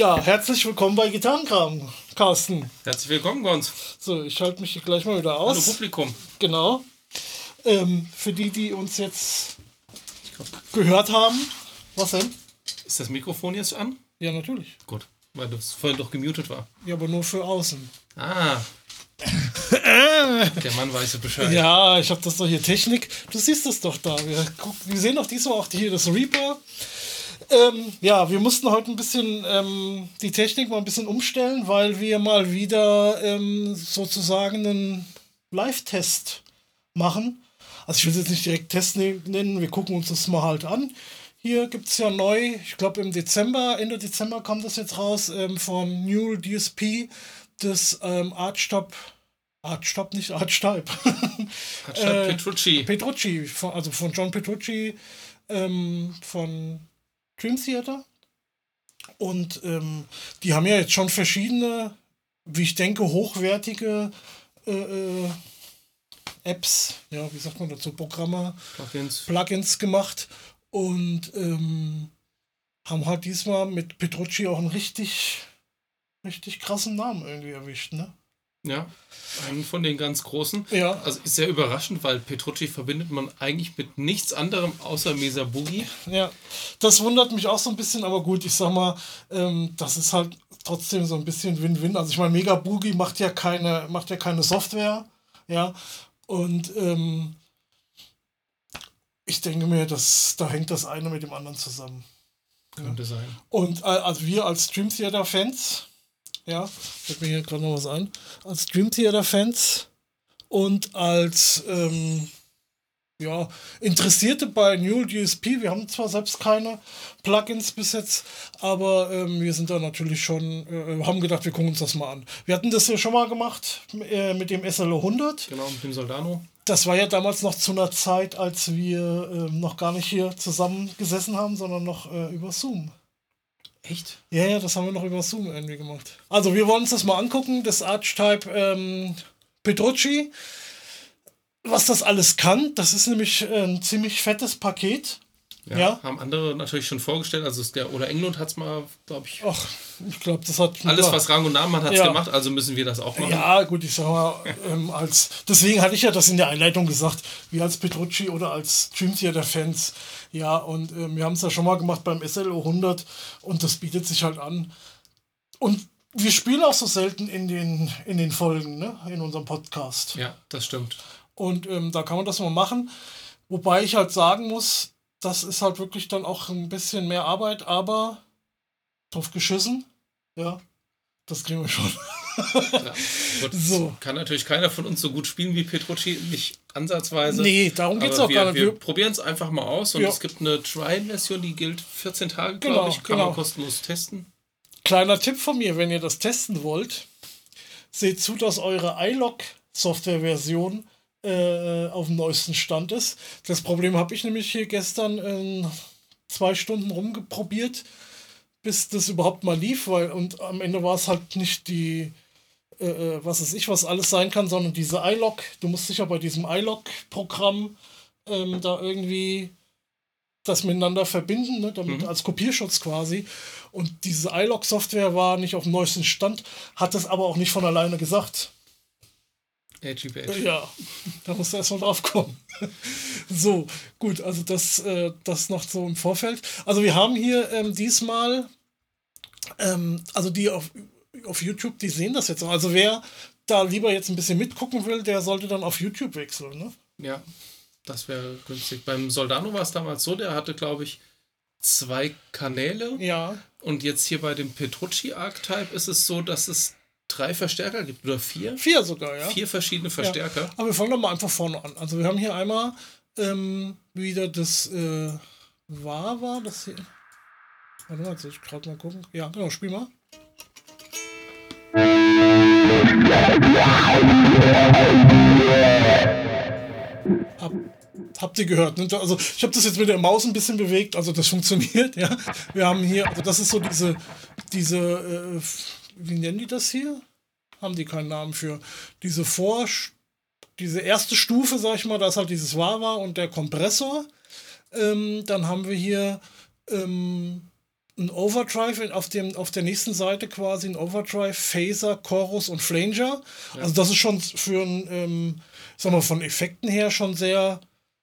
Ja, herzlich willkommen bei Gitarrenkram, Carsten. Herzlich willkommen, Gons. So, ich schalte mich hier gleich mal wieder aus. Hallo Publikum. Genau. Für die uns jetzt gehört haben. Was denn? Ist das Mikrofon jetzt an? Ja, natürlich. Gut, weil das vorhin doch gemutet war. Ja, aber nur für außen. Ah. Der Mann weiß Bescheid. Ja, ich habe das doch hier Technik. Du siehst es doch da. Wir sehen doch diesmal auch hier das Reaper. Ja, wir mussten heute ein bisschen die Technik mal ein bisschen umstellen, weil wir mal wieder sozusagen einen Live-Test machen. Also ich will es jetzt nicht direkt Test nennen, wir gucken uns das mal halt an. Hier gibt es ja neu, ich glaube im Dezember, Ende Dezember kam das jetzt raus, von Newell DSP, das Archtop Petrucci, also von John Petrucci, von Dream Theater. Und die haben ja jetzt schon verschiedene, wie ich denke, hochwertige Apps, ja, wie sagt man dazu, Programme, Plugins gemacht und haben halt diesmal mit Petrucci auch einen richtig krassen Namen irgendwie erwischt, ne? Ja, einen von den ganz großen. Ja. Also ist sehr überraschend, weil Petrucci verbindet man eigentlich mit nichts anderem außer Mesa Boogie. Ja, das wundert mich auch so ein bisschen, aber gut, ich sag mal, das ist halt trotzdem so ein bisschen Win-Win. Also ich meine, Mesa Boogie macht ja keine Software, ja, und ich denke mir, da hängt das eine mit dem anderen zusammen. Könnte sein. Und also wir als Dream Theater Fans, ja, fällt mir hier gerade noch was ein, als Dream Theater Fans und als Interessierte bei Newell DSP, wir haben zwar selbst keine Plugins bis jetzt, aber wir sind da natürlich schon, haben gedacht, wir gucken uns das mal an. Wir hatten das ja schon mal gemacht mit dem SLO 100. Genau, mit dem Soldano. Das war ja damals noch zu einer Zeit, als wir noch gar nicht hier zusammengesessen haben, sondern noch über Zoom. Echt? Ja, das haben wir noch über Zoom irgendwie gemacht. Also wir wollen uns das mal angucken, das Archetype Petrucci. Was das alles kann, das ist nämlich ein ziemlich fettes Paket. Ja, haben andere natürlich schon vorgestellt. Also der Ola Englund hat es mal, glaube ich. Ach, ich glaube, das hat... Alles, was Rang und Namen hat es gemacht, also müssen wir das auch machen. Ja, gut, ich sag mal, deswegen hatte ich ja das in der Einleitung gesagt, wir als Petrucci oder als Dream Theater Fans. Ja, und wir haben es ja schon mal gemacht beim SLO 100 und das bietet sich halt an. Und wir spielen auch so selten in den Folgen, ne, in unserem Podcast. Ja, das stimmt. Und da kann man das mal machen. Wobei ich halt sagen muss, das ist halt wirklich dann auch ein bisschen mehr Arbeit, aber drauf geschissen. Ja, das kriegen wir schon. Ja, so. Kann natürlich keiner von uns so gut spielen wie Petrucci, nicht ansatzweise. Nee, darum geht es auch gar nicht. Wir probieren es einfach mal aus und es gibt eine Trial-Version, die gilt 14 Tage, glaube ich. Kann man kostenlos testen. Kleiner Tipp von mir, wenn ihr das testen wollt, seht zu, dass eure iLog-Software-Version auf dem neuesten Stand ist. Das Problem habe ich nämlich hier gestern 2 Stunden rumprobiert, bis das überhaupt mal lief, und am Ende war es halt nicht die, was alles sein kann, sondern diese iLog. Du musst dich ja bei diesem iLog-Programm da irgendwie das miteinander verbinden, ne, damit als Kopierschutz quasi. Und diese iLog-Software war nicht auf dem neuesten Stand, hat das aber auch nicht von alleine gesagt. Ja, da musst du erstmal drauf kommen. So, gut, also das noch so im Vorfeld. Also wir haben hier diesmal, also die auf YouTube, die sehen das jetzt auch. Also wer da lieber jetzt ein bisschen mitgucken will, der sollte dann auf YouTube wechseln, ne? Ja, das wäre günstig. Beim Soldano war es damals so, der hatte, glaube ich, 2 Kanäle. Ja. Und jetzt hier bei dem Petrucci Archetype ist es so, dass es 3 Verstärker gibt, oder 4? 4 sogar, ja. 4 verschiedene Verstärker. Ja. Aber wir fangen doch mal einfach vorne an. Also wir haben hier einmal wieder das Wawa, das hier. Warte mal, jetzt ich gerade mal gucken. Ja, genau, spiel mal. Habt ihr gehört, ne? Also ich habe das jetzt mit der Maus ein bisschen bewegt, also das funktioniert, ja. Wir haben hier, also das ist so diese wie nennen die das hier? Haben die keinen Namen für. Diese erste Stufe, sag ich mal, da ist halt dieses Wawa und der Kompressor. Dann haben wir hier ein Overdrive auf der nächsten Seite quasi, ein Overdrive, Phaser, Chorus und Flanger. Ja. Also das ist schon für ein, sagen wir von Effekten her schon sehr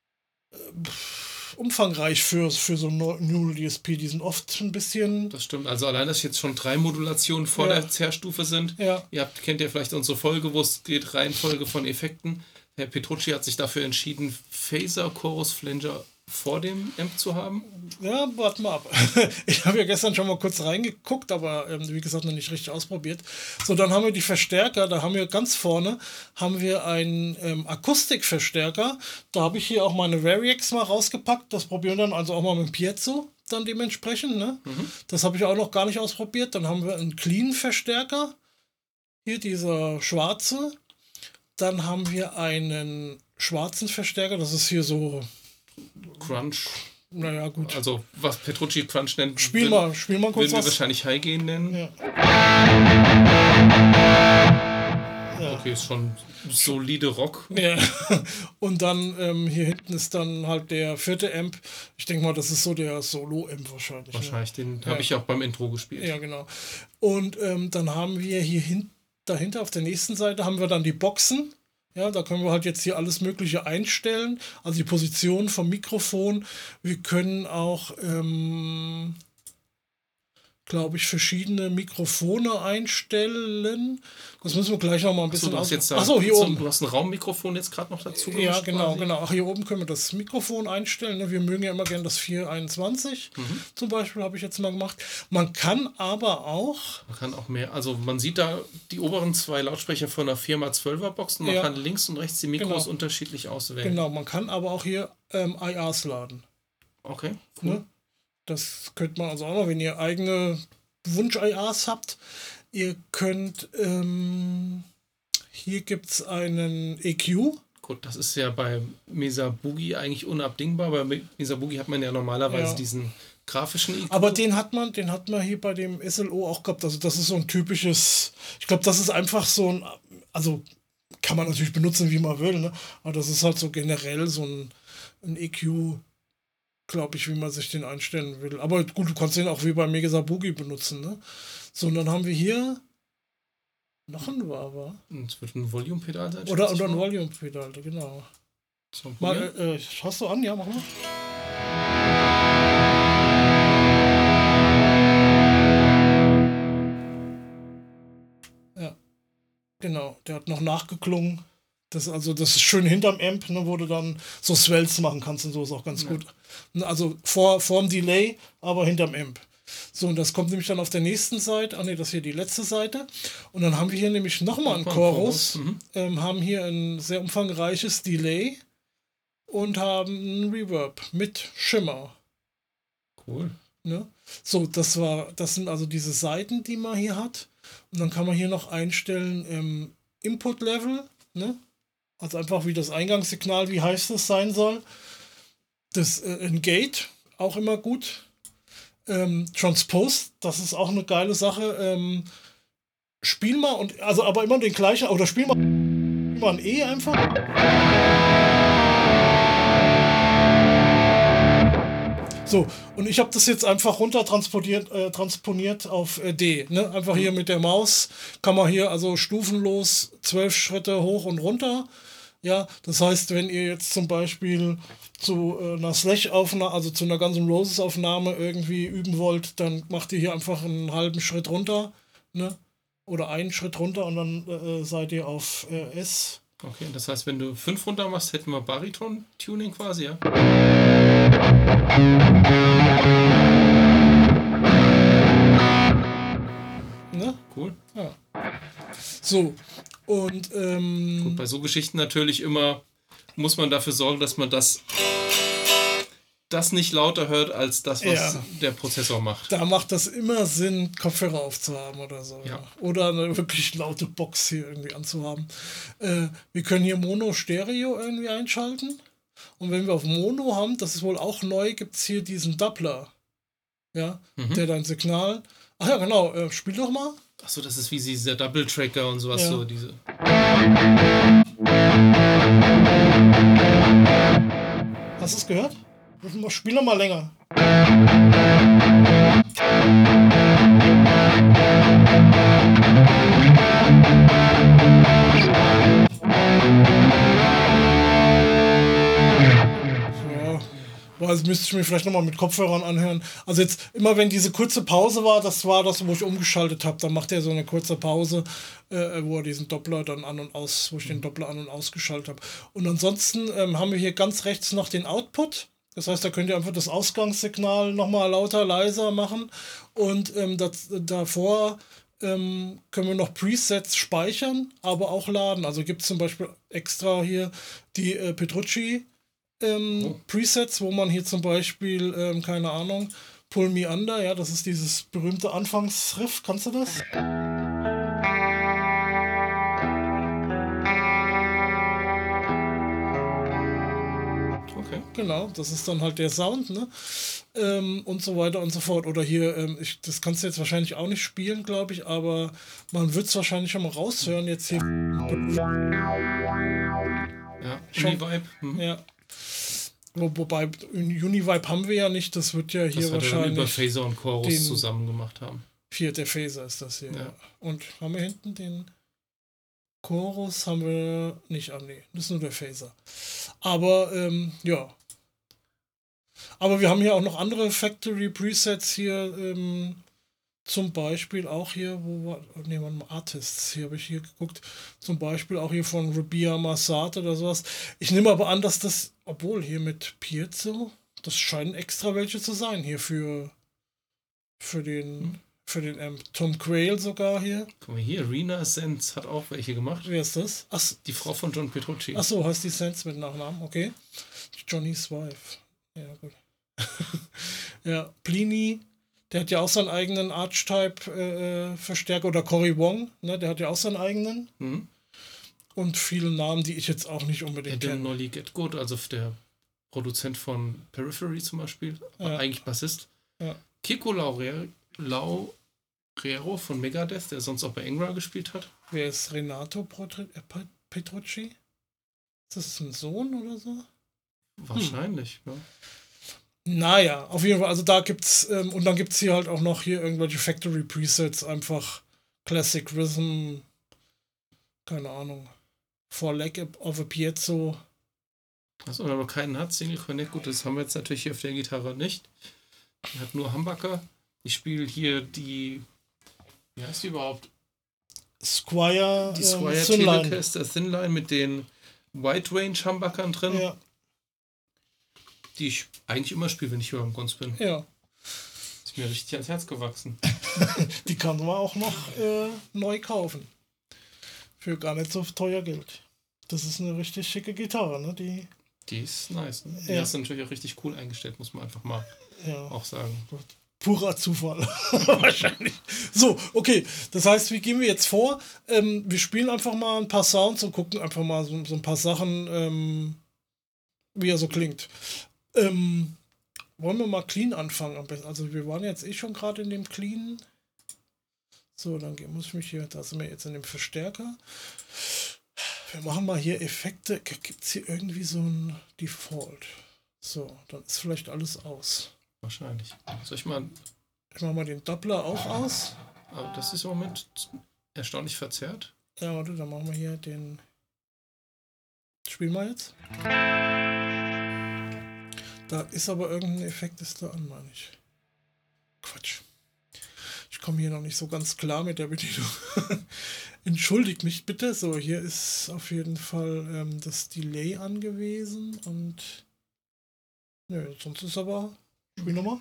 umfangreich für so Neural DSP. Die sind oft ein bisschen... Das stimmt. Also allein, dass jetzt schon 3 Modulationen vor der Zerrstufe sind. Ja. Kennt ihr vielleicht unsere Folge, wo es geht, Reihenfolge von Effekten. Herr Petrucci hat sich dafür entschieden, Phaser, Chorus, Flanger vor dem Amp zu haben. Ja, warte mal ab. Ich habe ja gestern schon mal kurz reingeguckt, aber wie gesagt noch nicht richtig ausprobiert. So, dann haben wir die Verstärker. Da haben wir ganz vorne einen Akustikverstärker. Da habe ich hier auch meine Variax mal rausgepackt. Das probieren wir dann also auch mal mit Piezo dann dementsprechend. Ne? Das habe ich auch noch gar nicht ausprobiert. Dann haben wir einen Clean-Verstärker. Hier dieser schwarze. Dann haben wir einen schwarzen Verstärker. Das ist hier so Crunch. Naja, gut. Also, was Petrucci Crunch nennt, Spiel mal kurz würden wir was. wahrscheinlich High Gain nennen. Ja. Okay, ist schon solide Rock. Ja. Und dann hier hinten ist dann halt der 4. Amp. Ich denke mal, das ist so der Solo-Amp wahrscheinlich. Wahrscheinlich, den habe ich auch beim Intro gespielt. Ja, genau. Und dann haben wir hier dahinter auf der nächsten Seite haben wir dann die Boxen. Ja, da können wir halt jetzt hier alles Mögliche einstellen. Also die Position vom Mikrofon. Wir können auch, glaube ich, verschiedene Mikrofone einstellen. Das müssen wir gleich noch mal ein bisschen Achso, hier oben. Du hast ein Raummikrofon jetzt gerade noch dazu gemacht. Ja, genau. Ach, hier oben können wir das Mikrofon einstellen. Wir mögen ja immer gerne das 421. Zum Beispiel habe ich jetzt mal gemacht. Man kann aber auch... Man kann auch mehr. Also man sieht da die oberen 2 Lautsprecher von einer 4x12er Box und man kann links und rechts die Mikros unterschiedlich auswählen. Genau, man kann aber auch hier IRs laden. Okay, cool. Ne? Das könnte man also auch noch, wenn ihr eigene Wunsch-IRs habt. Ihr könnt, hier gibt es einen EQ. Gut, das ist ja bei Mesa Boogie eigentlich unabdingbar. Bei Mesa Boogie hat man ja normalerweise diesen grafischen EQ. Aber den hat man hier bei dem SLO auch gehabt. Also das ist so ein typisches, ich glaube, das ist einfach so ein, also kann man natürlich benutzen, wie man will, ne? Aber das ist halt so generell so ein EQ, glaube ich, wie man sich den einstellen will. Aber gut, du kannst den auch wie bei Mesa Boogie benutzen, ne? So, und dann haben wir hier noch ein Wawa. Und es wird ein Volume-Pedal sein? Oder ein Volume-Pedal, genau. Mal, hast du an? Ja, mach mal. Ja, genau. Der hat noch nachgeklungen. Das ist schön hinterm Amp, ne, wo du dann so Swells machen kannst und so, ist auch ganz gut. Also vorm Delay, aber hinterm Amp. So, und das kommt nämlich dann auf der nächsten Seite. Ah ne, das ist hier die letzte Seite. Und dann haben wir hier nämlich nochmal einen Chorus. Haben hier ein sehr umfangreiches Delay und haben einen Reverb mit Schimmer. Cool. Ne? So, das sind also diese Seiten, die man hier hat. Und dann kann man hier noch einstellen Input-Level, ne? Also einfach wie das Eingangssignal, wie heiß das sein soll. Das ein Gate, auch immer gut. Transpose, das ist auch eine geile Sache. Spiel mal aber immer den gleichen, oder spiel mal ein E einfach. So, und ich habe das jetzt einfach runter transponiert auf D. Ne? Einfach hier mit der Maus kann man hier also stufenlos 12 Schritte hoch und runter. Ja, das heißt, wenn ihr jetzt zum Beispiel zu einer Slash-Aufnahme, also zu einer Guns N' Roses-Aufnahme irgendwie üben wollt, dann macht ihr hier einfach einen halben Schritt runter, ne? Oder einen Schritt runter und dann seid ihr auf S. Okay, das heißt, wenn du 5 runter machst, hätten wir Bariton-Tuning quasi, ja? Ne? Cool. Ja. So, und gut, bei so Geschichten natürlich immer muss man dafür sorgen, dass man das nicht lauter hört als das, was der Prozessor macht. Da macht das immer Sinn, Kopfhörer aufzuhaben oder so. Ja. Oder eine wirklich laute Box hier irgendwie anzuhaben. Wir können hier Mono-Stereo irgendwie einschalten. Und wenn wir auf Mono haben, das ist wohl auch neu, gibt es hier diesen Doppler. Ja, der dein Signal... Ach ja, genau, spiel doch mal. Achso, das ist wie dieser Double-Tracker und sowas, so diese... Hast du es gehört? Spiel noch mal länger. Also müsste ich mir vielleicht nochmal mit Kopfhörern anhören. Also jetzt immer, wenn diese kurze Pause war das, wo ich umgeschaltet habe. Dann macht er so eine kurze Pause, wo er diesen Doppler dann wo ich den Doppler an- und ausgeschaltet habe. Und ansonsten haben wir hier ganz rechts noch den Output. Das heißt, da könnt ihr einfach das Ausgangssignal nochmal lauter, leiser machen. Und davor können wir noch Presets speichern, aber auch laden. Also gibt es zum Beispiel extra hier die Petrucci Presets, wo man hier zum Beispiel, keine Ahnung, Pull Me Under, ja, das ist dieses berühmte Anfangsriff, kannst du das? Okay. Genau, das ist dann halt der Sound, ne? Und so weiter und so fort. Oder hier, das kannst du jetzt wahrscheinlich auch nicht spielen, glaube ich, aber man wird es wahrscheinlich schon mal raushören, jetzt hier. Ja, Univibe. Ja. Wobei, Univibe haben wir ja nicht, das wird ja hier wahrscheinlich über Phaser und Chorus zusammen gemacht haben. Der Phaser ist das hier. Ja. Und haben wir hinten den Chorus? Haben wir nicht. Nee, das ist nur der Phaser. Aber, ja. Aber wir haben hier auch noch andere Factory Presets hier, zum Beispiel auch hier, Artists, hier habe ich hier geguckt, zum Beispiel auch hier von Rabia Massad oder sowas. Ich nehme aber an, dass das, obwohl hier mit Piezo, das scheinen extra welche zu sein, hier für den Tom Quayle sogar hier. Guck mal hier, Rena Sense hat auch welche gemacht. Wer ist das? Die Frau von John Petrucci. Ach so, heißt die Sense mit Nachnamen, okay. Johnny's Wife. Ja, gut. Ja, Plini. Der hat ja auch seinen eigenen Archetype-Verstärker. Oder Cory Wong, ne? Der hat ja auch seinen eigenen. Mhm. Und viele Namen, die ich jetzt auch nicht unbedingt kenne. Der Nolly Getgood, also der Produzent von Periphery zum Beispiel, eigentlich Bassist. Ja. Kiko Laurero von Megadeth, der sonst auch bei Angra gespielt hat. Wer ist Renato Petrucci? Ist das ein Sohn oder so? Wahrscheinlich, ja. Naja, auf jeden Fall, also da gibt's, und dann gibt's hier halt auch noch hier irgendwelche Factory Presets, einfach Classic Rhythm, keine Ahnung, For Lack of a Piezo. Achso, wenn man noch keinen hat, Single Connect, gut, das haben wir jetzt natürlich hier auf der Gitarre nicht. Die hat nur Humbucker. Ich spiele hier die, wie heißt die überhaupt? Squire Telecaster Thinline mit den Wide Range Humbuckern drin. Ja. Die ich eigentlich immer spiele, wenn ich hier am Gons bin. Ja. Ist mir richtig ans Herz gewachsen. Die kann man auch noch neu kaufen. Für gar nicht so teuer Geld. Das ist eine richtig schicke Gitarre, ne? Die ist nice. Ne? Die hast du natürlich auch richtig cool eingestellt, muss man einfach mal auch sagen. Purer Zufall. Wahrscheinlich. So, okay. Das heißt, wie gehen wir jetzt vor? Wir spielen einfach mal ein paar Sounds und gucken einfach mal so ein paar Sachen, wie er so klingt. Wollen wir mal clean anfangen am besten? Also wir waren jetzt schon gerade in dem clean. So, dann muss ich mich hier, da sind wir jetzt in dem Verstärker. Wir machen mal hier Effekte. Gibt es hier irgendwie so ein Default? So, dann ist vielleicht alles aus. Wahrscheinlich. Soll ich mal... Ich mache mal den Doppler auch aus. Aber das ist im Moment erstaunlich verzerrt. Ja, warte, dann machen wir hier den... Spielen wir jetzt. Da ist aber irgendein Effekt ist da an, meine ich. Quatsch. Ich komme hier noch nicht so ganz klar mit der Bedienung. Entschuldigt mich bitte. So, hier ist auf jeden Fall das Delay angewiesen und nö, sonst ist aber... Spiel nochmal.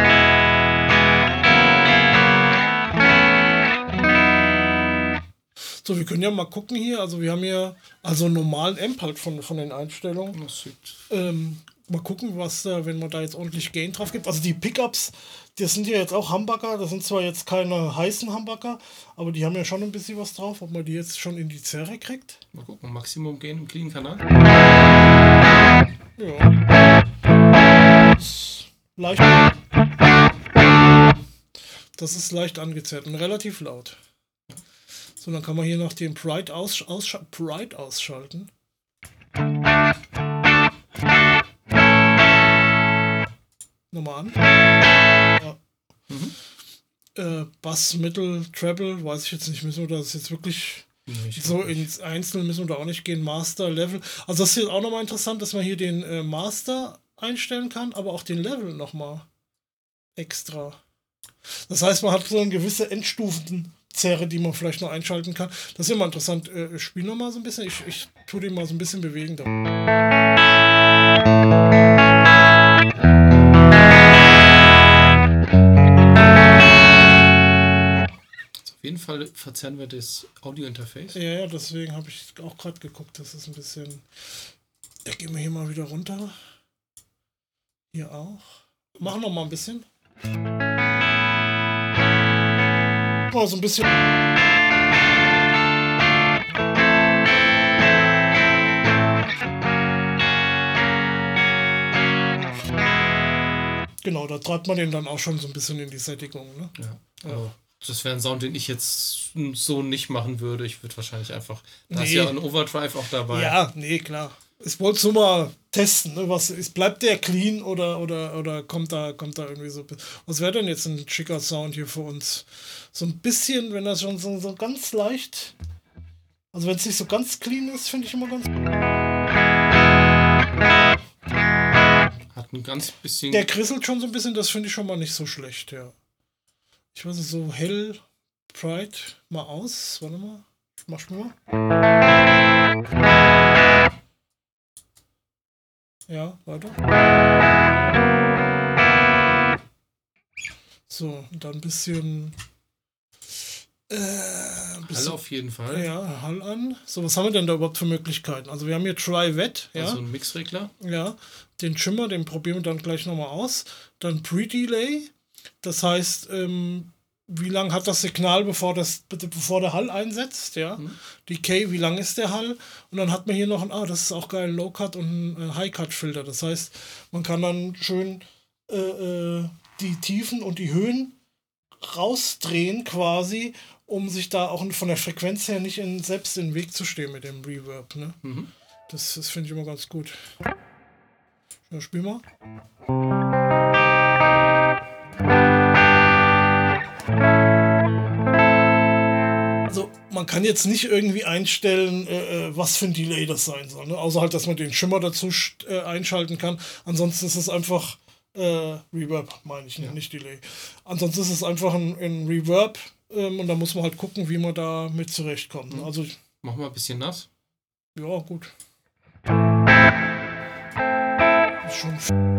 So, wir können ja mal gucken hier. Also wir haben hier also einen normalen Amp halt von den Einstellungen. Das sieht mal gucken, was da, wenn man da jetzt ordentlich Gain drauf gibt. Also die Pickups, das sind ja jetzt auch Humbucker. Das sind zwar jetzt keine heißen Humbucker, aber die haben ja schon ein bisschen was drauf. Ob man die jetzt schon in die Zerre kriegt. Mal gucken, Maximum Gain im Clean-Kanal. Ja. Leicht. Das ist leicht angezerrt und relativ laut. So, dann kann man hier noch den Pride ausschalten. Nochmal an. Ja. Bass, Mittel, Treble, weiß ich jetzt nicht, müssen wir das jetzt wirklich Ich so glaub nicht. ins Einzelne müssen wir da auch nicht gehen, Master, Level. Also das ist jetzt auch nochmal interessant, dass man hier den Master einstellen kann, aber auch den Level nochmal extra. Das heißt, man hat so eine gewisse Endstufenzerre, die man vielleicht noch einschalten kann. Das ist immer interessant. Spiel nochmal so ein bisschen. Ich tue den mal so ein bisschen bewegen. Auf jeden Fall verzerren wir das Audio-Interface. Ja, deswegen habe ich auch gerade geguckt. Das ist ein bisschen. Ja, gehen wir hier mal wieder runter. Hier auch. Machen noch mal ein bisschen. Oh, so ein bisschen. Genau, da treibt man den dann auch schon so ein bisschen in die Sättigung. Ne? Ja. Also, das wäre ein Sound, den ich jetzt so nicht machen würde. Ich würde wahrscheinlich einfach. Da ist ja ein Overdrive auch dabei. Ja, nee, klar. Ich wollte es nur mal testen. Ne? Bleibt der clean oder kommt da irgendwie so. Was wäre denn jetzt ein schicker Sound hier für uns? So ein bisschen, wenn das schon so ganz leicht. Also wenn es nicht so ganz clean ist, finde ich immer ganz. Hat ein ganz bisschen. Der krisselt schon so ein bisschen, das finde ich schon mal nicht so schlecht, ja. Ich weiß nicht, so hell, Pride, mal aus. Warte mal. Mach mal. Ja, weiter. So, und dann ein bisschen. Hall auf jeden Fall. Ja, Hall an. So, was haben wir denn da überhaupt für Möglichkeiten? Also wir haben hier Tri-Wet, ja. Also ein Mixregler. Ja, den Shimmer, den probieren wir dann gleich nochmal aus. Dann Pre-Delay, das heißt, wie lang hat das Signal, bevor der Hall einsetzt, ja. Decay, wie lang ist der Hall? Und dann hat man hier noch das ist auch geil, Low-Cut und ein High-Cut-Filter. Das heißt, man kann dann schön die Tiefen und die Höhen rausdrehen quasi, um sich da auch von der Frequenz her nicht selbst in den Weg zu stehen mit dem Reverb. Ne? Das finde ich immer ganz gut. Ja, spiel mal. Also man kann jetzt nicht irgendwie einstellen, was für ein Delay das sein soll. Ne? Außer halt, dass man den Shimmer dazu einschalten kann. Ansonsten ist es einfach Reverb, meine ich, nicht Delay. Ansonsten ist es einfach ein Reverb und da muss man halt gucken, wie man da mit zurechtkommt. Ne? Also, Mach mal ein bisschen nass. Ja, gut. Ist schon.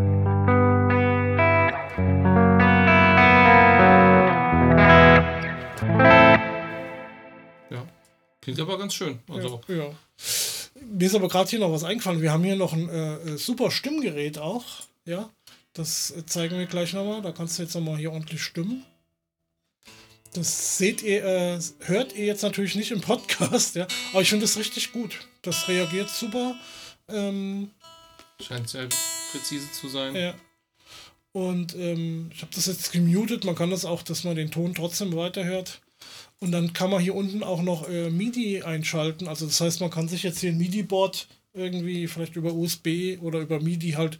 Ja. Klingt aber ganz schön. Also. Ja. Mir ist aber gerade hier noch was eingefallen. Wir haben hier noch ein super Stimmgerät auch. Ja. Das zeigen wir gleich nochmal. Da kannst du jetzt nochmal hier ordentlich stimmen. Das hört ihr jetzt natürlich nicht im Podcast, ja. Aber ich finde das richtig gut. Das reagiert super. Scheint sehr präzise zu sein. Ja. Und ich habe das jetzt gemutet. Man kann das auch, dass man den Ton trotzdem weiterhört. Und dann kann man hier unten auch noch MIDI einschalten. Also das heißt, man kann sich jetzt hier ein MIDI-Board irgendwie vielleicht über USB oder über MIDI halt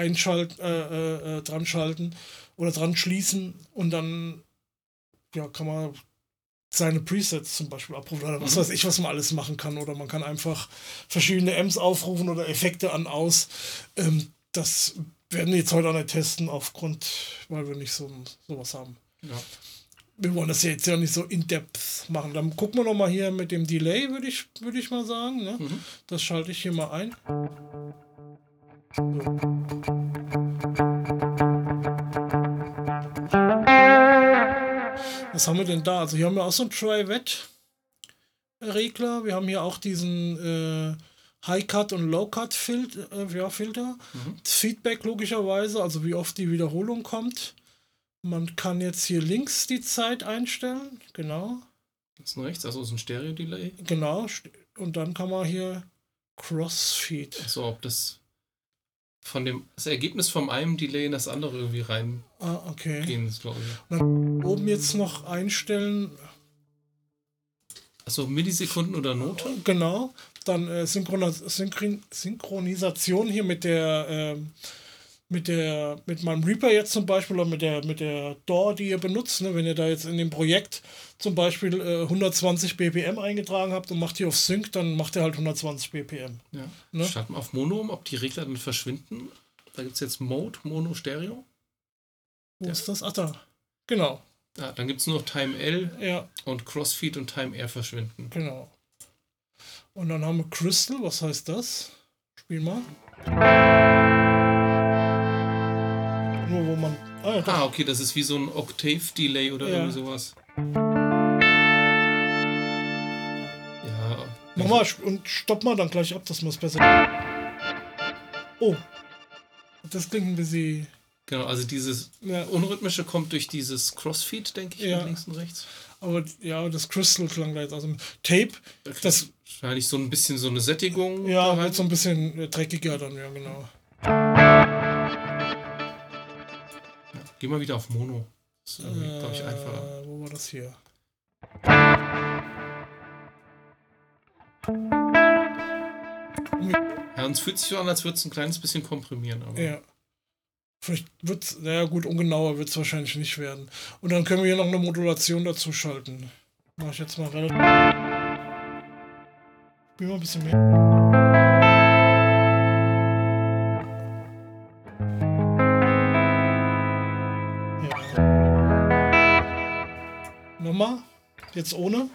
dran schalten oder dran schließen und dann kann man seine Presets zum Beispiel abrufen oder was weiß ich, was man alles machen kann, oder man kann einfach verschiedene Amps aufrufen oder Effekte an aus. Das werden wir jetzt heute auch nicht testen, weil wir nicht sowas haben. Ja. Wir wollen das jetzt ja nicht so in-depth machen. Dann gucken wir noch mal hier mit dem Delay, würde ich mal sagen. Ne? Das schalte ich hier mal ein. So. Was haben wir denn da? Also hier haben wir auch so einen Tri-Wet-Regler. Wir haben hier auch diesen High-Cut und Low-Cut-Filter. Das Feedback logischerweise, also wie oft die Wiederholung kommt. Man kann jetzt hier links die Zeit einstellen, genau. Links und rechts, also ist ein Stereo-Delay. Genau, und dann kann man hier Crossfeed. Also ob das Ergebnis von einem Delay in das andere irgendwie rein gehen, glaube ich. Dann oben jetzt noch einstellen. Also Millisekunden oder Note? Genau, dann Synchronisation hier mit der mit meinem Reaper jetzt zum Beispiel oder mit der DAW, die ihr benutzt, ne, wenn ihr da jetzt in dem Projekt zum Beispiel 120 BPM eingetragen habt und macht die auf Sync, dann macht ihr halt 120 BPM. Ja. Ne? Starten wir auf Mono, ob die Regler dann verschwinden. Da gibt es jetzt Mode, Mono, Stereo. Wo ist das? Ach da. Genau. Ja, dann gibt es nur noch Time L Ja. und Crossfeed und Time R verschwinden. Genau. Und dann haben wir Crystal, was heißt das? Spiel mal. Nur wo man. Ja, doch. Okay, das ist wie so ein Octave-Delay oder irgendwie sowas. Ja. Mach mal und stopp mal dann gleich ab, dass man es besser. Oh. Das klingt ein bisschen. Genau, also dieses Unrhythmische kommt durch dieses Crossfeed, denke ich, links und rechts. Aber ja, das Crystal klang da jetzt aus dem Tape. Das wahrscheinlich so ein bisschen so eine Sättigung. Ja, wird so ein bisschen dreckiger dann, ja, genau. Geh mal wieder auf Mono. Das ist, glaube ich, einfacher. Wo war das hier? Ja, uns fühlt sich so an, als würde es ein kleines bisschen komprimieren. Aber ja. Vielleicht wird es, naja gut, ungenauer wird es wahrscheinlich nicht werden. Und dann können wir hier noch eine Modulation dazu schalten. Mach ich jetzt mal relativ. Spiel mal ein bisschen mehr. Ja. Nochmal. Jetzt ohne.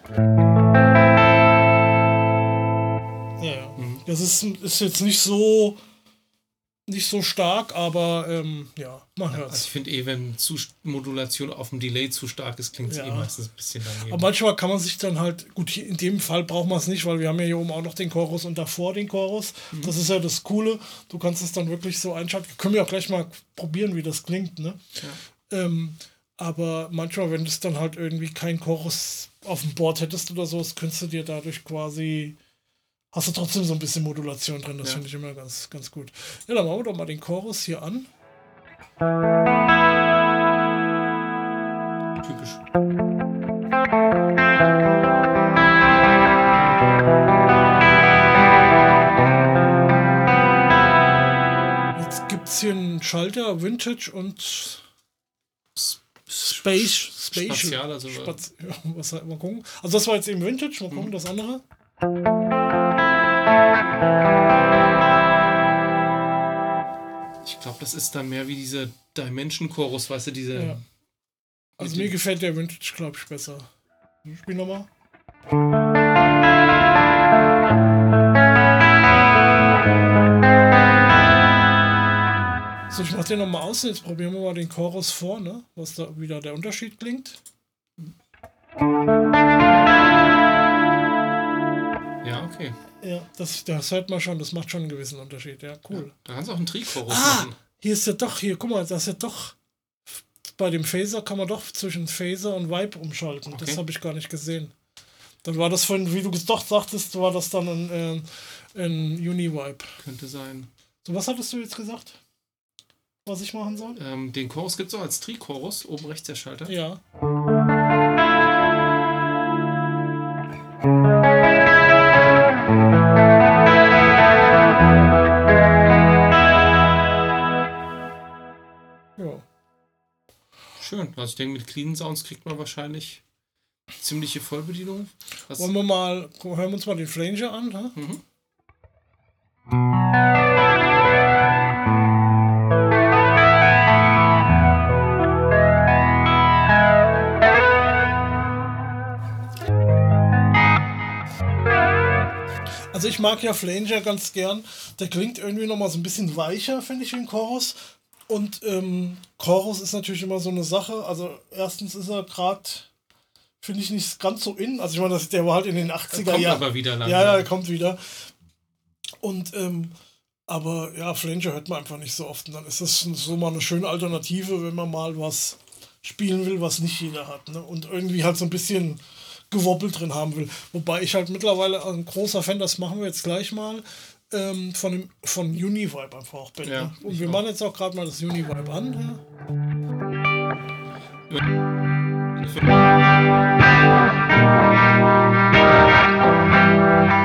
Ja. Das ist jetzt nicht so stark, aber ja, man hört's. Also ich finde wenn Modulation auf dem Delay zu stark ist, klingt es meistens ein bisschen daneben. Aber manchmal kann man sich dann halt, gut, in dem Fall braucht man es nicht, weil wir haben ja hier oben auch noch den Chorus und davor den Chorus. Das ist ja das Coole. Du kannst es dann wirklich so einschalten. Können wir auch gleich mal probieren, wie das klingt, ne? Ja. Aber manchmal, wenn du dann halt irgendwie keinen Chorus auf dem Board hättest oder so, das könntest du dir dadurch quasi... Hast du trotzdem so ein bisschen Modulation drin, das finde ich immer ganz, ganz gut. Ja, dann machen wir doch mal den Chorus hier an. Typisch. Jetzt gibt es hier einen Schalter, Vintage und Spatial, also mal gucken. Also das war jetzt eben Vintage, mal gucken, das andere. Ich glaube, das ist dann mehr wie diese Dimension-Chorus, weißt du, diese... Ja. Also mir gefällt der Vintage, glaube ich, besser. Spiel nochmal. So, ich mach den nochmal aus. Jetzt probieren wir mal den Chorus vor, ne? Was da wieder der Unterschied klingt. Ja, okay. Ja, das hört man schon, das macht schon einen gewissen Unterschied. Ja, cool. Ja, da kannst du auch einen Tri-Chorus machen. Hier ist ja doch, guck mal, das ist ja doch, bei dem Phaser kann man doch zwischen Phaser und Vibe umschalten. Okay. Das habe ich gar nicht gesehen. Dann war das von, wie du doch sagtest, war das dann ein Uni-Vibe. Könnte sein. So, was hattest du jetzt gesagt? Was ich machen soll? Den Chorus gibt es auch als Tri-Chorus, oben rechts der Schalter. Ja. Schön. Also ich denke, mit Clean Sounds kriegt man wahrscheinlich ziemliche Vollbedienung. Wollen wir mal, hören wir uns mal den Flanger an, ha? Also ich mag ja Flanger ganz gern. Der klingt irgendwie nochmal so ein bisschen weicher, finde ich, im Chorus. Und Chorus ist natürlich immer so eine Sache. Also erstens ist er gerade, finde ich, nicht ganz so in. Also ich meine, der war halt in den 80er Jahren. Aber wieder lang. Ja, er kommt wieder. Und aber ja, Flanger hört man einfach nicht so oft. Und dann ist das so mal eine schöne Alternative, wenn man mal was spielen will, was nicht jeder hat. Ne? Und irgendwie halt so ein bisschen Gewobbel drin haben will. Wobei ich halt mittlerweile ein großer Fan, das machen wir jetzt gleich mal, von Uni-Vibe einfach auch bin. Ja, ne? Und wir machen jetzt auch gerade mal das Uni-Vibe an.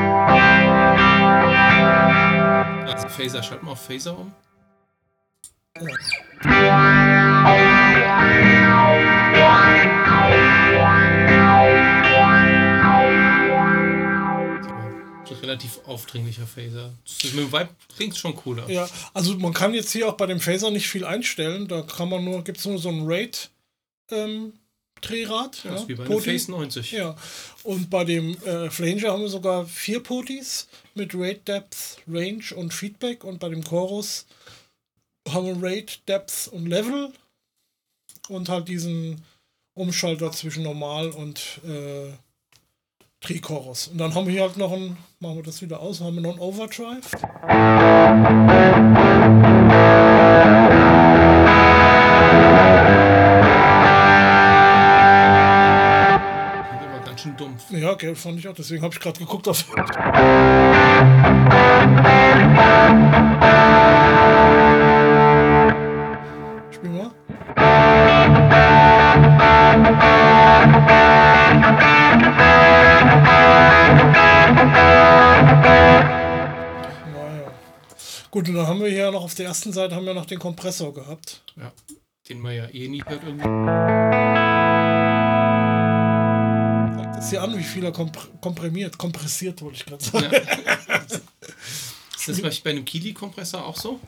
Also Phaser, schalt mal auf Phaser um. So relativ aufdringlicher Phaser. Mit dem Vibe klingt schon cooler. Ja, also man kann jetzt hier auch bei dem Phaser nicht viel einstellen. Da kann man nur, gibt es nur so ein Rate Drehrad. Das ist ja, wie bei einem Poti. Phase 90. Ja, und bei dem Flanger haben wir sogar 4 Potis mit Rate, Depth, Range und Feedback. Und bei dem Chorus haben wir Rate, Depth und Level. Und halt diesen Umschalter zwischen Normal und Tri-Chorus. Und dann haben wir hier halt noch ein, machen wir das wieder aus, haben wir noch ein Overdrive. Ganz schön dumpf. Ja, okay, fand ich auch. Deswegen habe ich gerade geguckt auf. Spiel mal. Naja. Gut, und dann haben wir hier noch auf der ersten Seite haben wir noch den Kompressor gehabt. Ja, den man ja eh nie hört irgendwie. Das hier an, wie viel er kompressiert, wollte ich gerade sagen. Ja. Ist das bei einem Kili-Kompressor auch so?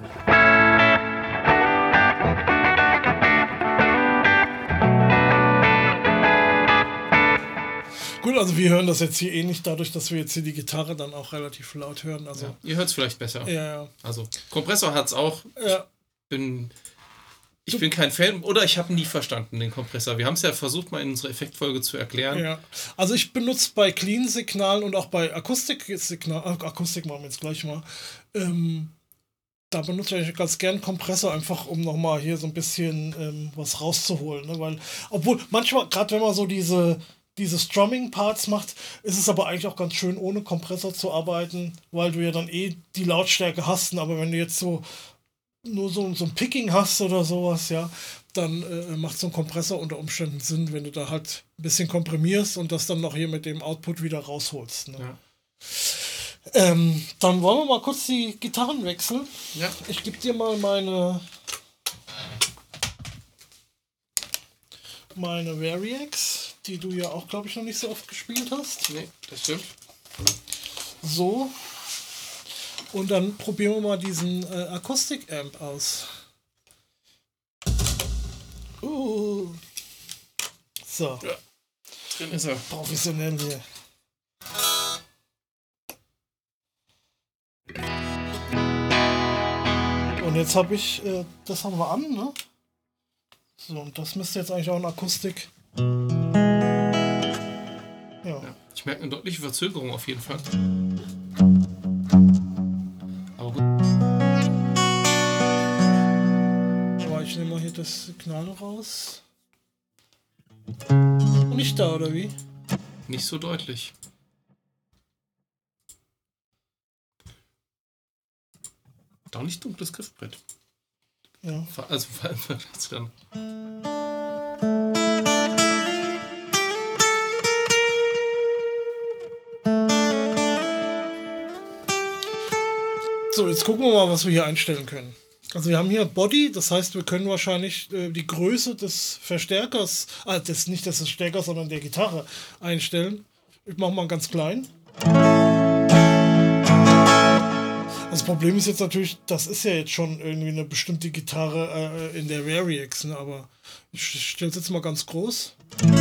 Gut, also wir hören das jetzt hier eh nicht, dadurch, dass wir jetzt hier die Gitarre dann auch relativ laut hören. Also, Ja, ihr hört es vielleicht besser. ja. Also, Kompressor hat es auch. Ja. Ich bin kein Fan oder ich habe ihn nie verstanden, den Kompressor. Wir haben es ja versucht, mal in unserer Effektfolge zu erklären. Ja, also ich benutze bei Clean-Signalen und auch bei Akustik-Signalen, Akustik machen wir jetzt gleich mal, da benutze ich ganz gern Kompressor, einfach um nochmal hier so ein bisschen was rauszuholen. Ne? Weil, obwohl manchmal, gerade wenn man so diese Strumming-Parts macht, ist es aber eigentlich auch ganz schön, ohne Kompressor zu arbeiten, weil du ja dann eh die Lautstärke hast. Aber wenn du jetzt so nur so ein Picking hast oder sowas, ja, dann macht so ein Kompressor unter Umständen Sinn, wenn du da halt ein bisschen komprimierst und das dann noch hier mit dem Output wieder rausholst. Ne? Ja. Dann wollen wir mal kurz die Gitarren wechseln. Ja. Ich gebe dir mal meine Variax, die du ja auch, glaube ich, noch nicht so oft gespielt hast. Nee, das stimmt. So. Und dann probieren wir mal diesen Akustik-Amp aus. So. Ja. Drin ist er. Professionell hier. Und jetzt habe ich, das haben wir an, ne? So, und das müsste jetzt eigentlich auch ein Akustik. Ja. Ich merke eine deutliche Verzögerung auf jeden Fall. Aber gut. Aber ich nehme mal hier das Signal raus. Nicht da, oder wie? Nicht so deutlich. Doch nicht dunkles Griffbrett. Ja. Also vor allem dann. So, jetzt gucken wir mal, was wir hier einstellen können. Also wir haben hier Body, das heißt, wir können wahrscheinlich die Größe des Verstärkers, nicht des Verstärkers, sondern der Gitarre einstellen. Ich mache mal ganz klein. Das Problem ist jetzt natürlich, das ist ja jetzt schon irgendwie eine bestimmte Gitarre in der Variax, ne? Aber ich stelle es jetzt mal ganz groß.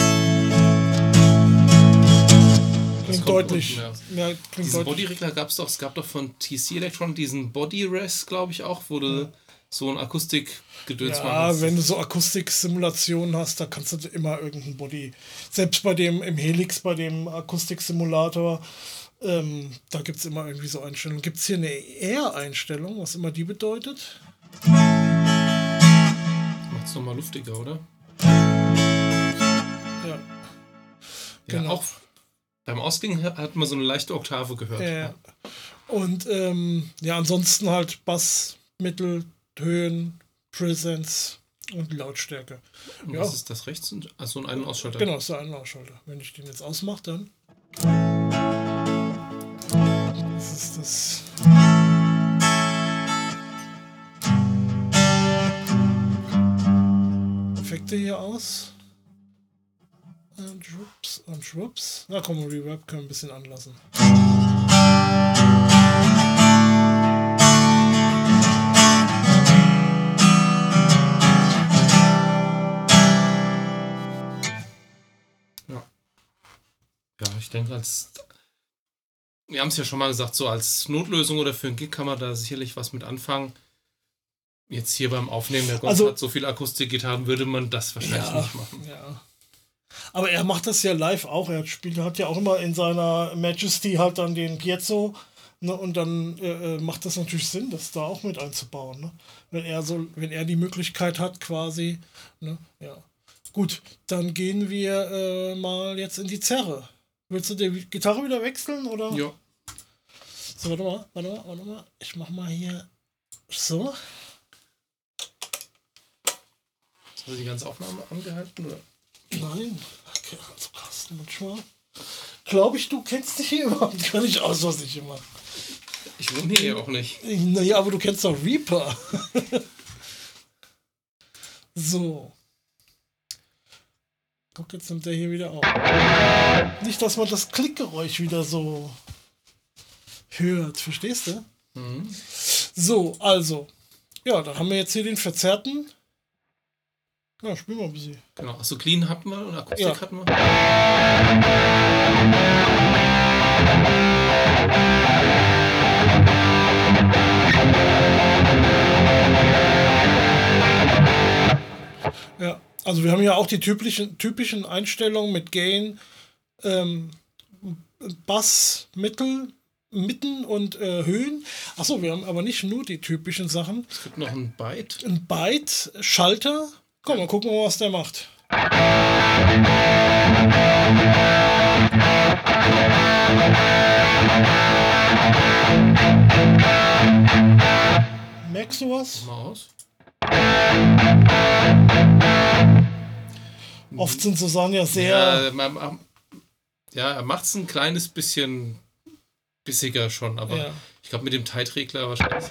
Klingt deutlich. Ja. Ja, klingt Diesen deutlich. Bodyregler gab es doch. Es gab doch von TC Electron diesen Body Res, glaube ich auch, wo du so ein Akustikgedöns machen Ja, kannst. wenn du so Akustiksimulationen hast, da kannst du immer irgendein Body. Selbst bei dem im Helix, bei dem Akustiksimulator, da gibt es immer irgendwie so Einstellungen. Gibt es hier eine Air-Einstellung, was immer die bedeutet? Macht es nochmal luftiger, oder? Ja. Ja, Genau. auch beim Ausklingen hat man so eine leichte Oktave gehört. Und ja, ansonsten halt Bass, Mittel, Höhen, Presence und Lautstärke. Und Ja. was ist das rechts? Achso, einen Ausschalter. Genau, das ist der Einlaufschalter. Wenn ich den jetzt ausmache, dann. Das ist das. Effekte hier aus. Und schwupps und schwupps. Na komm, Reverb können wir ein bisschen anlassen. Ja, ich denke, wir haben es ja schon mal gesagt, so als Notlösung oder für einen Gig kann man da sicherlich was mit anfangen. Jetzt hier beim Aufnehmen der Gott hat so viel Akustikgitarren, würde man das wahrscheinlich nicht machen. Ja. Aber er macht das ja live auch. Hat ja auch immer in seiner Majesty halt dann den Piezo. Ne, und dann macht das natürlich Sinn, das da auch mit einzubauen. Ne? Wenn er die Möglichkeit hat, quasi. Ne? Ja. Gut, dann gehen wir mal jetzt in die Zerre. Willst du die Gitarre wieder wechseln, oder? Ja. So, warte mal. Ich mach mal hier so. Hast du die ganze Aufnahme angehalten, oder? Nein. Okay, also Carsten, manchmal. Glaube ich, du kennst dich hier überhaupt gar nicht aus, was ich immer. Ich wohne hier auch nicht. Naja, aber du kennst doch Reaper. So. Guck, jetzt nimmt der hier wieder auf. Nicht, dass man das Klickgeräusch wieder so hört. Verstehst du? Mhm. So, also. Ja, dann haben wir jetzt hier den verzerrten. Ja, spielen wir ein bisschen. Genau. Achso, Clean hatten wir und Akustik hatten wir. Ja, also wir haben ja auch die typischen Einstellungen mit Gain, Bass, Mitten und Höhen. Achso, wir haben aber nicht nur die typischen Sachen. Es gibt noch ein Byte. Ein Byte, Schalter. Komm, mal gucken, was der macht. Merkst du was? Mal aus. Oft sind so Sachen ja sehr... Ja, er macht es ein kleines bisschen bissiger schon, aber ich glaube mit dem Tight-Regler wahrscheinlich.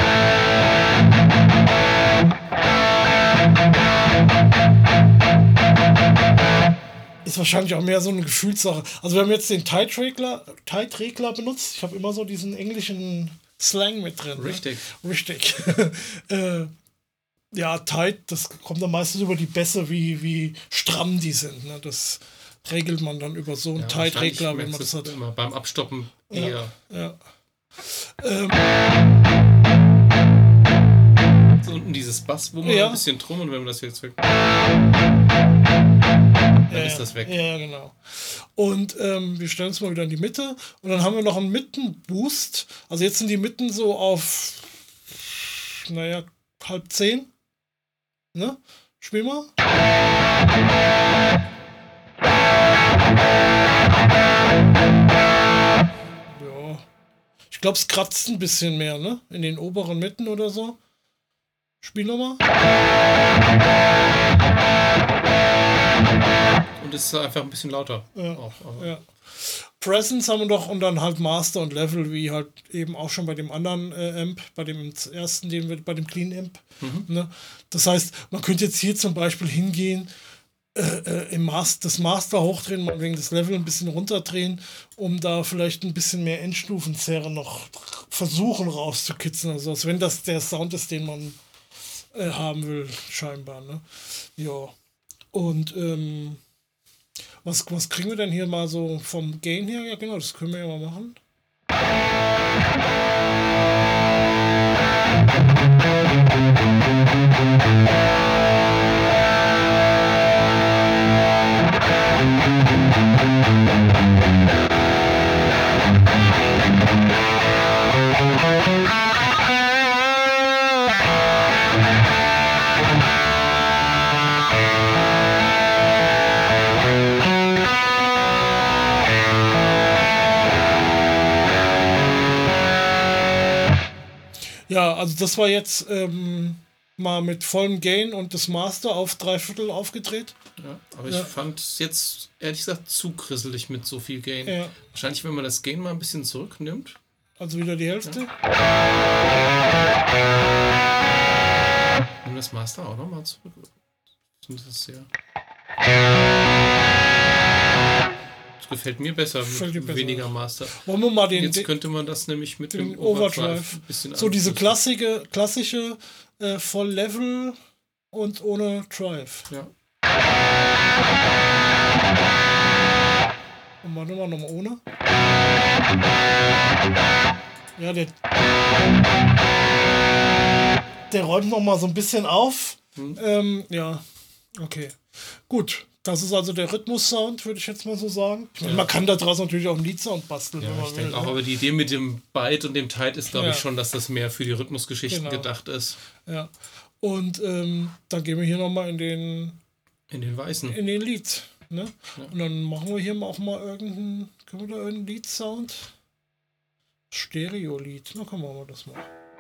Ist wahrscheinlich auch mehr so eine Gefühlssache. Also wir haben jetzt den Tight-Regler benutzt. Ich habe immer so diesen englischen Slang mit drin. Richtig. Ne? Richtig. Ja, Tight, das kommt dann meistens über die Bässe, wie stramm die sind. Ne? Das regelt man dann über so einen Tight-Regler, wenn man das hat. Immer beim Abstoppen eher. Ja. So unten dieses Bass, wo man ein bisschen trommeln, wenn man das jetzt weg. Dann ist das weg. Ja, genau. Und wir stellen es mal wieder in die Mitte. Und dann haben wir noch einen Mittenboost. Also jetzt sind die Mitten so auf, 9:30. Ne? Spiel mal. Ja. Ich glaube, es kratzt ein bisschen mehr, ne? In den oberen Mitten oder so. Spiel nochmal. Und es ist einfach ein bisschen lauter. Ja. Auch, Ja. Presence haben wir doch und dann halt Master und Level, wie halt eben auch schon bei dem anderen Amp, bei dem ersten, bei dem Clean Amp. Ne? Das heißt, man könnte jetzt hier zum Beispiel hingehen, das Master hochdrehen, mal wegen des Level ein bisschen runterdrehen, um da vielleicht ein bisschen mehr Endstufenzerre noch versuchen rauszukitzeln. Also als wenn das der Sound ist, den man haben will, scheinbar. Ne? Ja. Und was kriegen wir denn hier mal so vom Gain her? Ja, genau, das können wir ja mal machen. Ja, also das war jetzt mal mit vollem Gain und das Master auf 3/4 aufgedreht. Ja, aber ich fand es jetzt ehrlich gesagt zu grisselig mit so viel Gain. Ja. Wahrscheinlich, wenn man das Gain mal ein bisschen zurücknimmt. Also wieder die Hälfte. Nimm das Master auch nochmal zurück. Das ist sehr. Das gefällt mir besser mit weniger Master. Wollen wir mal Jetzt könnte man das nämlich mit dem Overdrive ein bisschen so diese klassische Voll-Level und ohne Drive. Ja. Und mal nochmal ohne. Ja, der räumt noch mal so ein bisschen auf. Ja, okay. Gut, das ist also der Rhythmus-Sound, würde ich jetzt mal so sagen. Ich meine, man kann da draußen natürlich auch einen Lead-Sound basteln. Ja, ich denke auch, aber die Idee mit dem Byte und dem Tight ist, glaube ich, schon, dass das mehr für die Rhythmusgeschichten gedacht ist. Ja, und dann gehen wir hier nochmal in den Weißen. In den Lead. Ne? Ja. Und dann machen wir hier auch mal können wir da irgendeinen Lead-Sound? Stereo-Lied. Na komm, machen wir das mal.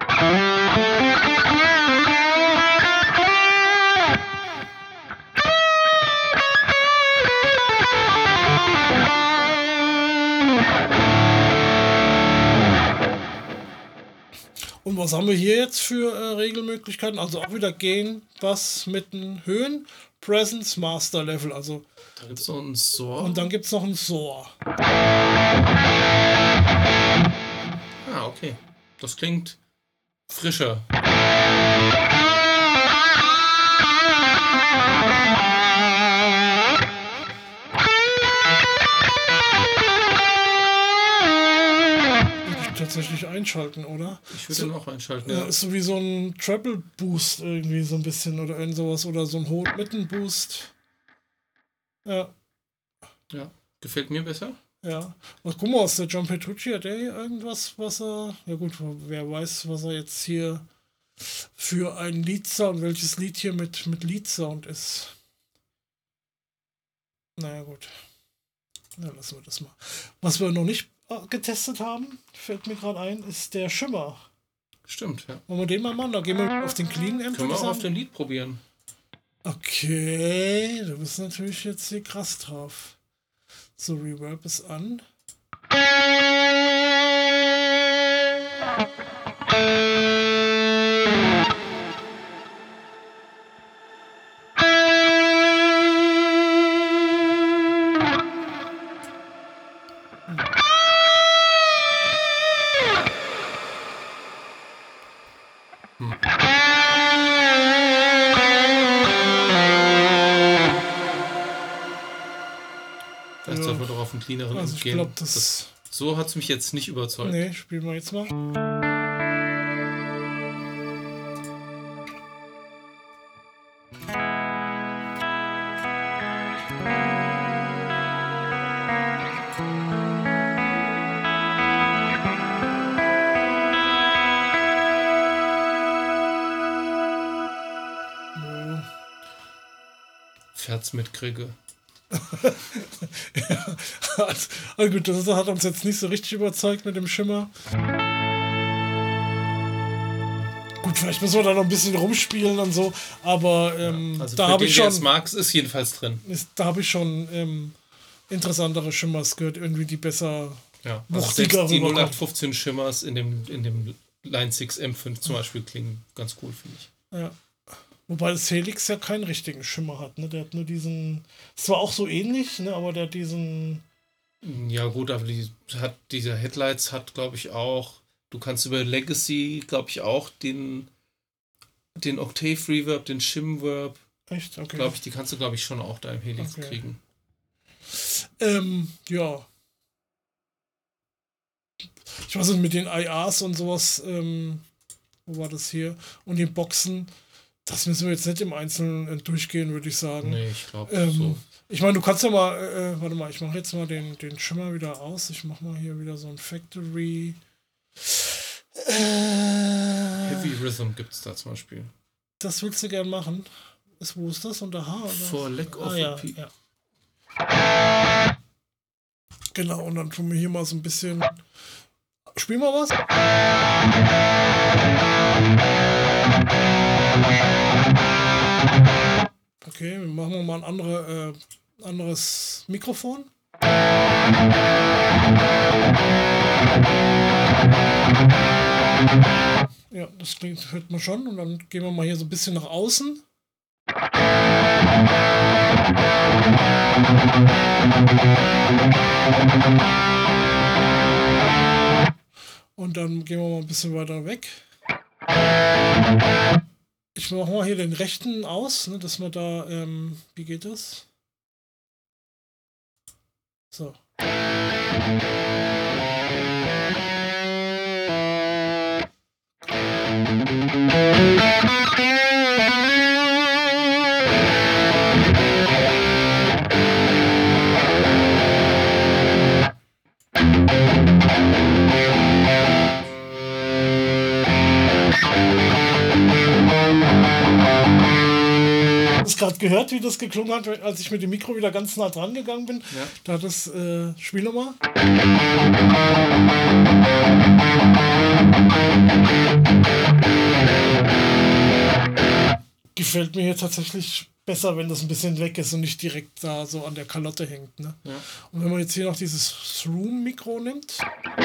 Und was haben wir hier jetzt für Regelmöglichkeiten? Also auch wieder Gain, Bass, Mitten, Höhen, Presence, Master Level. Also da gibt es noch einen Soar. Und dann gibt es noch einen Soar. Ah, okay. Das klingt frischer. Tatsächlich einschalten, oder? Ich würde den auch einschalten, ja. Ist so wie so ein Treble Boost irgendwie so ein bisschen oder irgend sowas oder so ein hohen Mitten Boost. Ja. Ja, gefällt mir besser. Ja. Und guck mal, aus der John Petrucci hat der hier irgendwas, was er. Ja gut, wer weiß, was er jetzt hier für ein Lead-Sound, welches Lied hier mit Lead-Sound ist. Naja, gut. Dann lassen wir das mal. Was wir noch nicht getestet haben, fällt mir gerade ein, ist der Schimmer. Stimmt, ja. Wollen wir den mal machen? Da gehen wir auf den Clean Amp. Können wir auch auf den Lied probieren. Okay, du bist natürlich jetzt hier krass drauf. So, Reverb ist an. Vielleicht sollten wir doch auf einen cleaneren also gehen. Glaub, so hat es mich jetzt nicht überzeugt. Nee, spielen wir jetzt mal. Fährt's mit Kriege. Ja, also gut, das hat uns jetzt nicht so richtig überzeugt mit dem Schimmer. Gut, vielleicht müssen wir da noch ein bisschen rumspielen und so, aber also da habe ich schon. Marx ist jedenfalls drin. Da habe ich schon interessantere Schimmers gehört, irgendwie die besser. Ja, also selbst die 0815 Schimmers in dem Line 6 M5 zum Beispiel klingen ganz cool, finde ich. Ja. Wobei das Helix ja keinen richtigen Schimmer hat, ne? Der hat nur diesen. Es war auch so ähnlich, ne? Aber der hat diesen. Ja, gut, aber dieser Headlights hat, glaube ich, auch. Du kannst über Legacy, glaube ich, auch den Octave Reverb, den Shimverb. Echt? Okay. Glaube ich, die kannst du, glaube ich, schon auch da im Helix kriegen. Ja. Ich weiß nicht, mit den IRs und sowas, wo war das hier? Und den Boxen. Das müssen wir jetzt nicht im Einzelnen durchgehen, würde ich sagen. Nee, ich glaube so. Ich meine, du kannst ja mal, warte mal, ich mache jetzt mal den Schimmer wieder aus. Ich mache mal hier wieder so ein Factory. Heavy Rhythm gibt es da zum Beispiel. Das willst du gern machen? Wo ist das? Unter H? Oder? For Lack of ja. Genau, und dann tun wir hier mal so ein bisschen. Spielen wir was? Okay, wir machen mal ein anderes Mikrofon. Ja, das klingt, hört man schon. Und dann gehen wir mal hier so ein bisschen nach außen. Und dann gehen wir mal ein bisschen weiter weg. Ich mache mal hier den rechten aus, ne, dass man da, wie geht das? So. Gerade gehört, wie das geklungen hat, als ich mit dem Mikro wieder ganz nah dran gegangen bin. Ja. Da hat das Spiel nochmal. Gefällt mir hier tatsächlich besser, wenn das ein bisschen weg ist und nicht direkt da so an der Kalotte hängt. Ne? Ja. Und wenn man jetzt hier noch dieses Room-Mikro nimmt.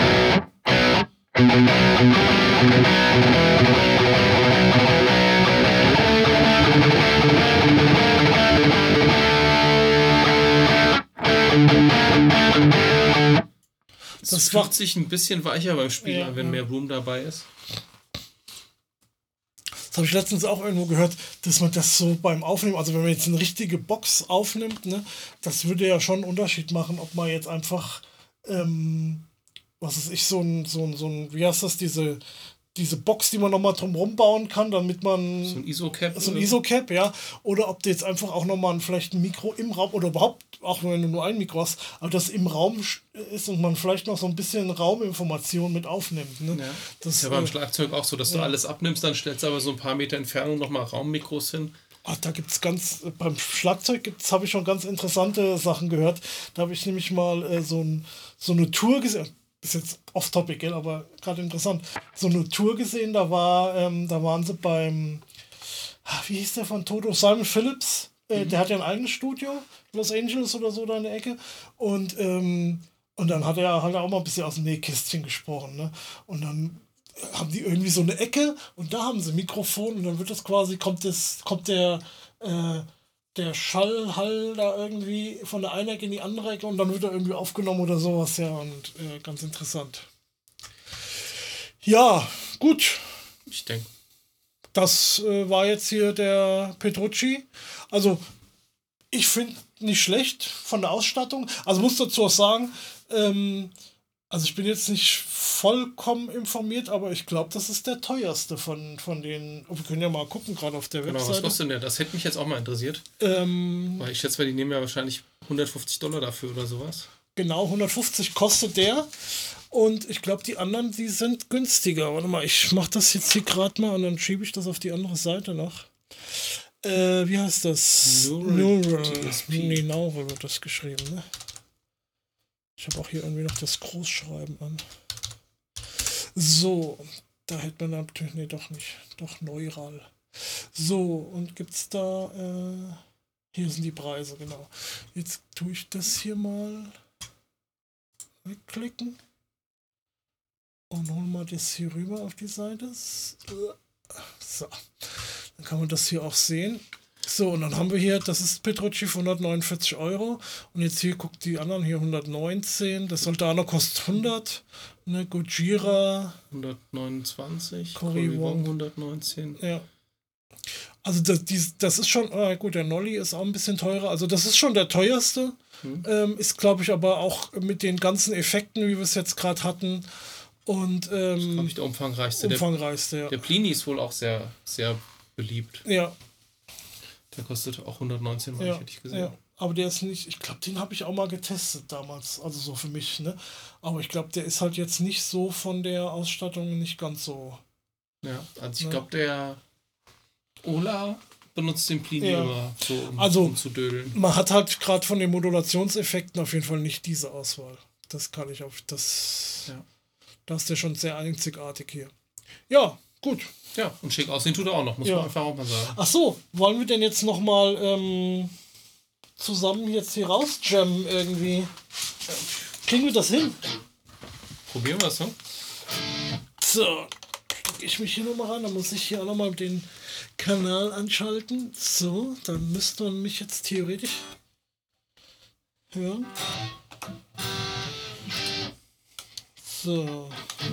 Das fühlt sich ein bisschen weicher beim Spielen, ja, wenn mehr Room dabei ist. Das habe ich letztens auch irgendwo gehört, dass man das so beim Aufnehmen, also wenn man jetzt eine richtige Box aufnimmt, ne, das würde ja schon einen Unterschied machen, ob man jetzt einfach, was weiß ich, so ein, wie heißt das, diese Box, die man nochmal drumherum bauen kann, damit man... So ein ISO-Cap. So ein ISO-Cap, ja. Oder ob du jetzt einfach auch nochmal vielleicht ein Mikro im Raum, oder überhaupt, auch wenn du nur ein Mikro hast, aber das im Raum ist und man vielleicht noch so ein bisschen Rauminformation mit aufnimmt. Ne? Ja. Das ist ja beim Schlagzeug auch so, dass du alles abnimmst, dann stellst du aber so ein paar Meter Entfernung nochmal Raummikros hin. Ach, da gibt's beim Schlagzeug habe ich schon ganz interessante Sachen gehört. Da habe ich nämlich mal so eine Tour gesehen. Ist jetzt off-topic, gell, aber gerade interessant. So eine Tour gesehen, da waren sie beim, wie hieß der von Toto? Simon Phillips. Der hat ja ein eigenes Studio, Los Angeles oder so da in der Ecke. Und dann hat er halt auch mal ein bisschen aus dem Nähkästchen gesprochen. Ne? Und dann haben die irgendwie so eine Ecke und da haben sie ein Mikrofon und dann wird das quasi, kommt der Schallhall da irgendwie von der einen Ecke in die andere Ecke und dann wird er irgendwie aufgenommen oder sowas, ja, und ganz interessant. Ja, gut. Ich denke. Das war jetzt hier der Petrucci. Also, ich finde nicht schlecht von der Ausstattung. Also, muss dazu auch sagen, also ich bin jetzt nicht vollkommen informiert, aber ich glaube, das ist der teuerste von den. Wir können ja mal gucken, gerade auf der Webseite. Genau, was kostet denn der? Das hätte mich jetzt auch mal interessiert. Weil ich schätze, die nehmen ja wahrscheinlich $150 dafür oder sowas. Genau, 150 kostet der. Und ich glaube, die anderen, die sind günstiger. Warte mal, ich mache das jetzt hier gerade mal und dann schiebe ich das auf die andere Seite noch. Wie heißt das? Neural. Nee, Neural wird das geschrieben, ne? Ich habe auch hier irgendwie noch das Großschreiben an. So, da hätte man natürlich, nee, doch nicht. Doch Neural. So, und gibt's da, hier sind die Preise, genau. Jetzt tue ich das hier mal wegklicken. Und holen wir das hier rüber auf die Seite. So, dann kann man das hier auch sehen. So, und dann haben wir hier, das ist Petrucci für 149 €. Und jetzt hier, guckt die anderen hier 119. Das Soldano kostet 100. Ne, Gojira 129. Cory Wong 119. Ja. Also das ist schon, gut, der Nolly ist auch ein bisschen teurer. Also das ist schon der teuerste. Ist, glaube ich, aber auch mit den ganzen Effekten, wie wir es jetzt gerade hatten. Und das ist, glaube ich, der umfangreichste. Ja. Der Plini ist wohl auch sehr, sehr beliebt. Ja. Der kostet auch 119, ja, hätte ich gesehen. Ja. Aber der ist nicht, ich glaube, den habe ich auch mal getestet damals, also so für mich, ne? Aber ich glaube, der ist halt jetzt nicht so von der Ausstattung nicht ganz so. Ja, also ich glaube, der Ola benutzt den Plini immer so, um zu dödeln. Man hat halt gerade von den Modulationseffekten auf jeden Fall nicht diese Auswahl. Das kann ich auf das. Ja. Da ist der schon sehr einzigartig hier. Ja, gut. Ja, und schick aussehen tut er auch noch, muss man einfach auch mal sagen. Ach so, wollen wir denn jetzt nochmal zusammen jetzt hier rausjammen irgendwie? Kriegen wir das hin? Probieren wir es, ne? So, logge ich mich hier nochmal rein. Dann muss ich hier auch nochmal den Kanal anschalten. So, dann müsste man mich jetzt theoretisch hören. So.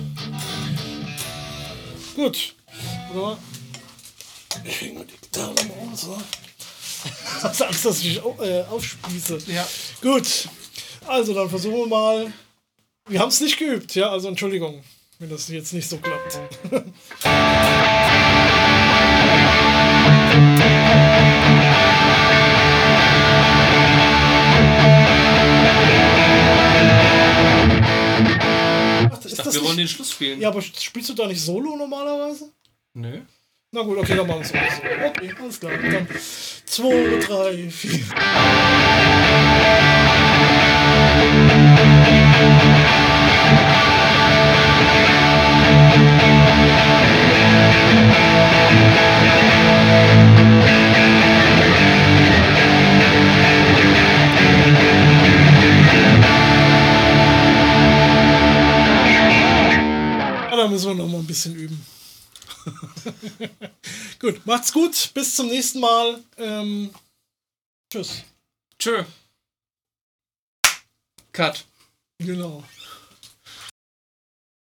Gut. So. Ich hänge mal die Gitarre mal so. Ich hab Angst, dass ich aufspieße. Ja. Gut. Also, dann versuchen wir mal. Wir haben es nicht geübt, ja? Also, Entschuldigung, wenn das jetzt nicht so klappt. Ich dachte, wir wollen den Schluss spielen. Ja, aber spielst du da nicht Solo normalerweise? Nö. Na gut, okay, dann machen wir es so. Okay, alles klar. Dann 2, 3, 4. Da müssen wir noch mal ein bisschen üben. Gut, macht's gut. Bis zum nächsten Mal. Tschüss. Tschö. Cut. Genau.